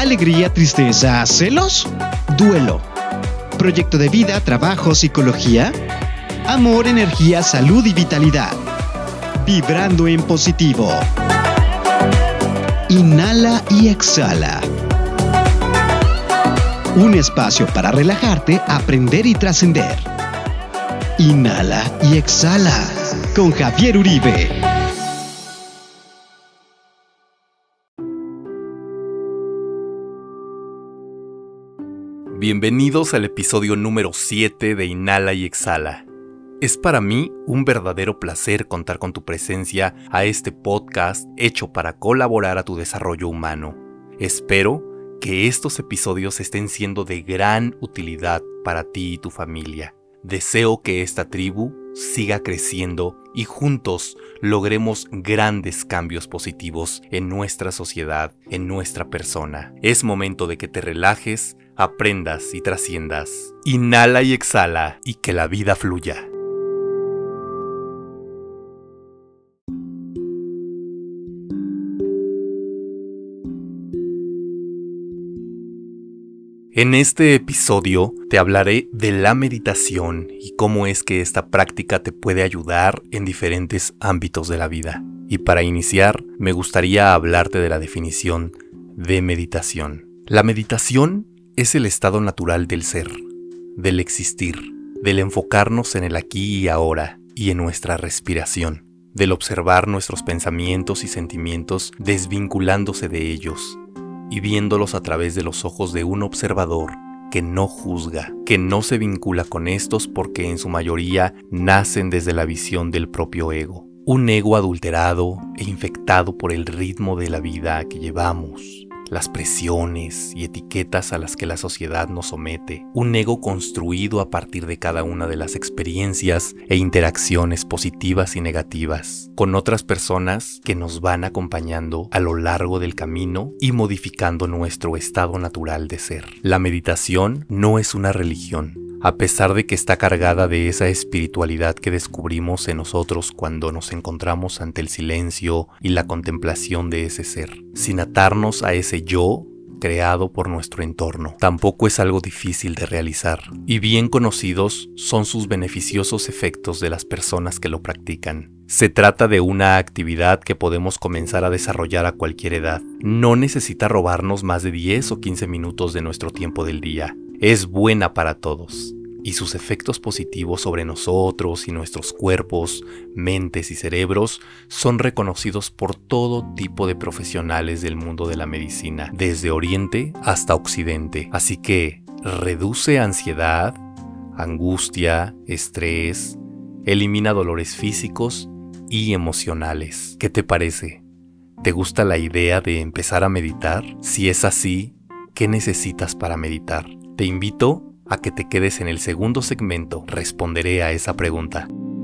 alegría, tristeza, celos, duelo, proyecto de vida, trabajo, psicología, amor, energía, salud y vitalidad. Vibrando en positivo. Inhala y exhala. Un espacio para relajarte, aprender y trascender. Inhala y exhala con Javier Uribe. Bienvenidos al episodio número 7 de Inhala y Exhala. Es para mí un verdadero placer contar con tu presencia a este podcast hecho para colaborar a tu desarrollo humano. Espero que estos episodios estén siendo de gran utilidad para ti y tu familia. Deseo que esta tribu siga creciendo y juntos logremos grandes cambios positivos en nuestra sociedad, en nuestra persona. Es momento de que te relajes, aprendas y trasciendas. Inhala y exhala y que la vida fluya. En este episodio te hablaré de la meditación y cómo es que esta práctica te puede ayudar en diferentes ámbitos de la vida. Y para iniciar, me gustaría hablarte de la definición de meditación. La meditación es el estado natural del ser, del existir, del enfocarnos en el aquí y ahora y en nuestra respiración, del observar nuestros pensamientos y sentimientos desvinculándose de ellos y viéndolos a través de los ojos de un observador que no juzga, que no se vincula con estos porque en su mayoría nacen desde la visión del propio ego. Un ego adulterado e infectado por el ritmo de la vida que llevamos, las presiones y etiquetas a las que la sociedad nos somete. Un ego construido a partir de cada una de las experiencias e interacciones positivas y negativas con otras personas que nos van acompañando a lo largo del camino y modificando nuestro estado natural de ser. La meditación no es una religión, a pesar de que está cargada de esa espiritualidad que descubrimos en nosotros cuando nos encontramos ante el silencio y la contemplación de ese ser, sin atarnos a ese yo creado por nuestro entorno. Tampoco es algo difícil de realizar, y bien conocidos son sus beneficiosos efectos de las personas que lo practican. Se trata de una actividad que podemos comenzar a desarrollar a cualquier edad. No necesita robarnos más de 10 o 15 minutos de nuestro tiempo del día. Es buena para todos, y sus efectos positivos sobre nosotros y nuestros cuerpos, mentes y cerebros son reconocidos por todo tipo de profesionales del mundo de la medicina, desde Oriente hasta Occidente. Así que reduce ansiedad, angustia, estrés, elimina dolores físicos y emocionales. ¿Qué te parece? ¿Te gusta la idea de empezar a meditar? Si es así, ¿qué necesitas para meditar? Te invito a que te quedes en el segundo segmento. Responderé a esa pregunta.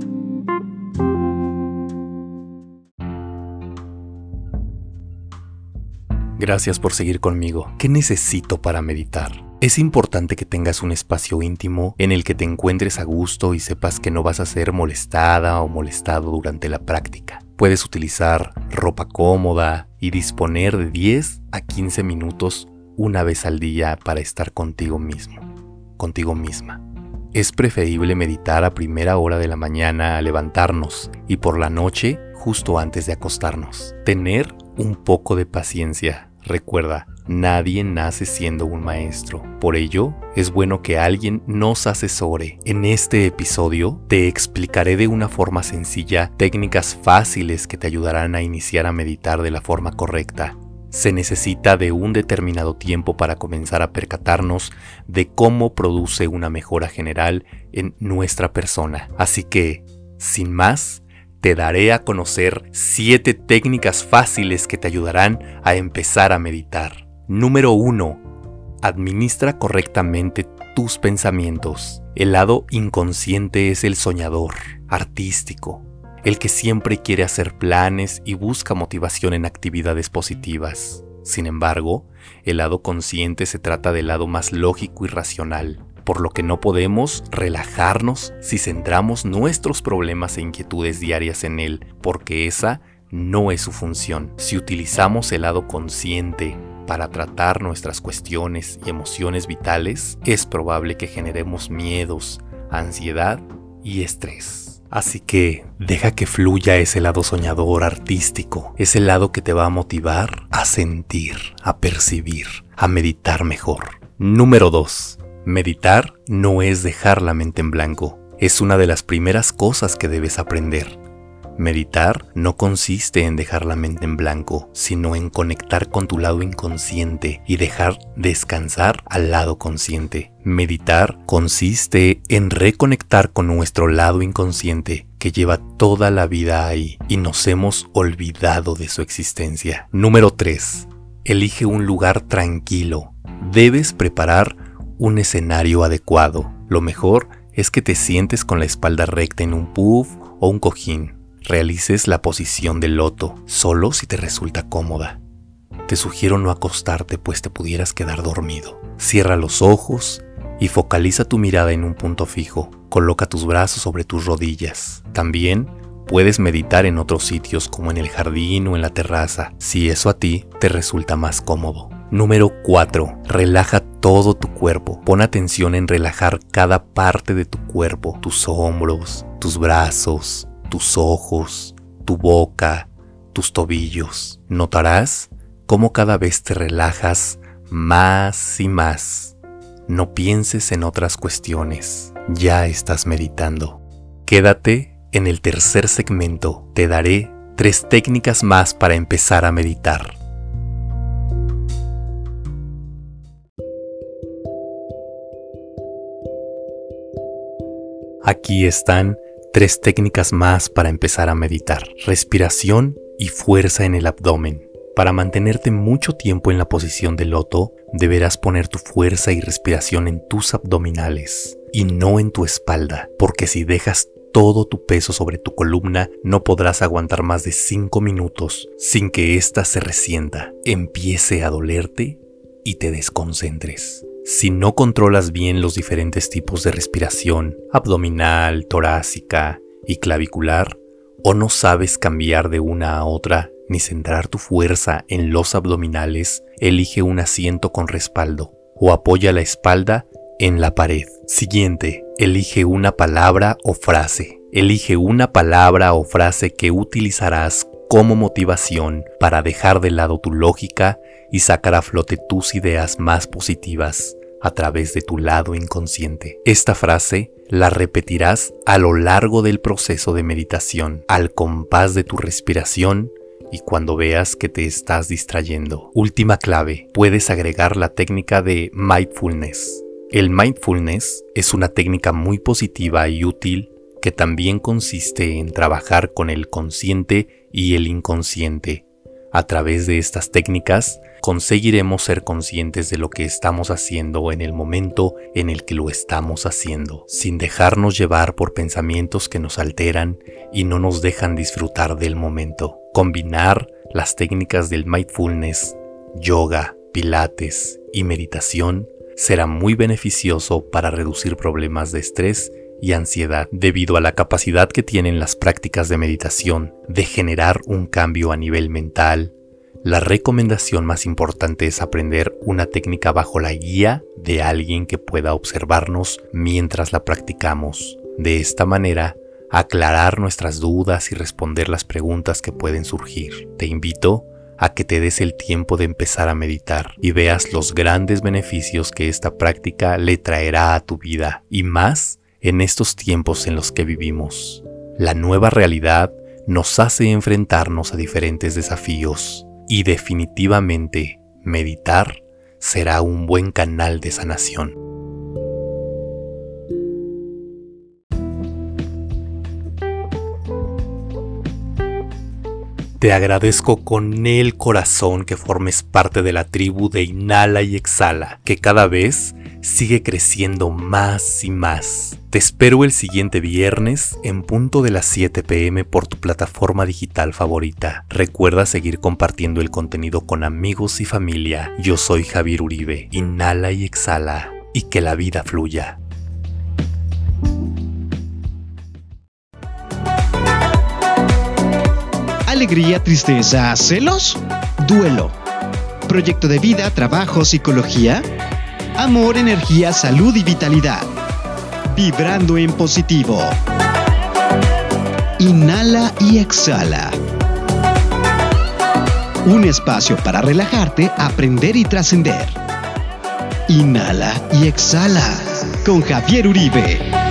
Gracias por seguir conmigo. ¿Qué necesito para meditar? Es importante que tengas un espacio íntimo en el que te encuentres a gusto y sepas que no vas a ser molestada o molestado durante la práctica. Puedes utilizar ropa cómoda y disponer de 10 a 15 minutos una vez al día para estar contigo mismo, contigo misma. Es preferible meditar a primera hora de la mañana al levantarnos y por la noche justo antes de acostarnos. Tener un poco de paciencia. Recuerda, nadie nace siendo un maestro. Por ello, es bueno que alguien nos asesore. En este episodio te explicaré de una forma sencilla técnicas fáciles que te ayudarán a iniciar a meditar de la forma correcta. Se necesita de un determinado tiempo para comenzar a percatarnos de cómo produce una mejora general en nuestra persona. Así que, sin más, te daré a conocer 7 técnicas fáciles que te ayudarán a empezar a meditar. Número 1. Administra correctamente tus pensamientos. El lado inconsciente es el soñador, artístico, el que siempre quiere hacer planes y busca motivación en actividades positivas. Sin embargo, el lado consciente se trata del lado más lógico y racional, por lo que no podemos relajarnos si centramos nuestros problemas e inquietudes diarias en él, porque esa no es su función. Si utilizamos el lado consciente para tratar nuestras cuestiones y emociones vitales, es probable que generemos miedos, ansiedad y estrés. Así que deja que fluya ese lado soñador, artístico, ese lado que te va a motivar a sentir, a percibir, a meditar mejor. Número 2. Meditar no es dejar la mente en blanco. Es una de las primeras cosas que debes aprender. Meditar no consiste en dejar la mente en blanco, sino en conectar con tu lado inconsciente y dejar descansar al lado consciente. Meditar consiste en reconectar con nuestro lado inconsciente que lleva toda la vida ahí y nos hemos olvidado de su existencia. Número 3. Elige un lugar tranquilo. Debes preparar un escenario adecuado. Lo mejor es que te sientes con la espalda recta en un puff o un cojín. Realices la posición del loto, solo si te resulta cómoda. Te sugiero no acostarte, pues te pudieras quedar dormido. Cierra los ojos y focaliza tu mirada en un punto fijo. Coloca tus brazos sobre tus rodillas. También puedes meditar en otros sitios como en el jardín o en la terraza, si eso a ti te resulta más cómodo. Número 4. Relaja todo tu cuerpo. Pon atención en relajar cada parte de tu cuerpo, tus hombros, tus brazos, tus ojos, tu boca, tus tobillos. Notarás cómo cada vez te relajas más y más. No pienses en otras cuestiones. Ya estás meditando. Quédate en el tercer segmento. Te daré 3 técnicas más para empezar a meditar. Aquí están 3 técnicas más para empezar a meditar. Respiración y fuerza en el abdomen. Para mantenerte mucho tiempo en la posición de loto, deberás poner tu fuerza y respiración en tus abdominales y no en tu espalda, porque si dejas todo tu peso sobre tu columna, no podrás aguantar más de 5 minutos sin que ésta se resienta, empiece a dolerte y te desconcentres. Si no controlas bien los diferentes tipos de respiración, abdominal, torácica y clavicular, o no sabes cambiar de una a otra ni centrar tu fuerza en los abdominales, elige un asiento con respaldo o apoya la espalda en la pared. Siguiente, elige una palabra o frase. Elige una palabra o frase que utilizarás como motivación para dejar de lado tu lógica y sacar a flote tus ideas más positivas a través de tu lado inconsciente. Esta frase la repetirás a lo largo del proceso de meditación, al compás de tu respiración y cuando veas que te estás distrayendo. Última clave, puedes agregar la técnica de mindfulness. El mindfulness es una técnica muy positiva y útil que también consiste en trabajar con el consciente y el inconsciente. A través de estas técnicas conseguiremos ser conscientes de lo que estamos haciendo en el momento en el que lo estamos haciendo, sin dejarnos llevar por pensamientos que nos alteran y no nos dejan disfrutar del momento. Combinar las técnicas del mindfulness, yoga, pilates y meditación será muy beneficioso para reducir problemas de estrés y ansiedad, debido a la capacidad que tienen las prácticas de meditación de generar un cambio a nivel mental. La recomendación más importante es aprender una técnica bajo la guía de alguien que pueda observarnos mientras la practicamos. De esta manera, aclarar nuestras dudas y responder las preguntas que pueden surgir. Te invito a que te des el tiempo de empezar a meditar y veas los grandes beneficios que esta práctica le traerá a tu vida, y más en estos tiempos en los que vivimos. La nueva realidad nos hace enfrentarnos a diferentes desafíos y definitivamente meditar será un buen canal de sanación. Te agradezco con el corazón que formes parte de la tribu de Inhala y Exhala, que cada vez sigue creciendo más y más. Te espero el siguiente viernes en punto de las 7 p.m. por tu plataforma digital favorita. Recuerda seguir compartiendo el contenido con amigos y familia. Yo soy Javier Uribe. Inhala y exhala y que la vida fluya. Alegría, tristeza, celos, duelo. Proyecto de vida, trabajo, psicología. Amor, energía, salud y vitalidad. Vibrando en positivo. Inhala y exhala. Un espacio para relajarte, aprender y trascender. Inhala y exhala con Javier Uribe.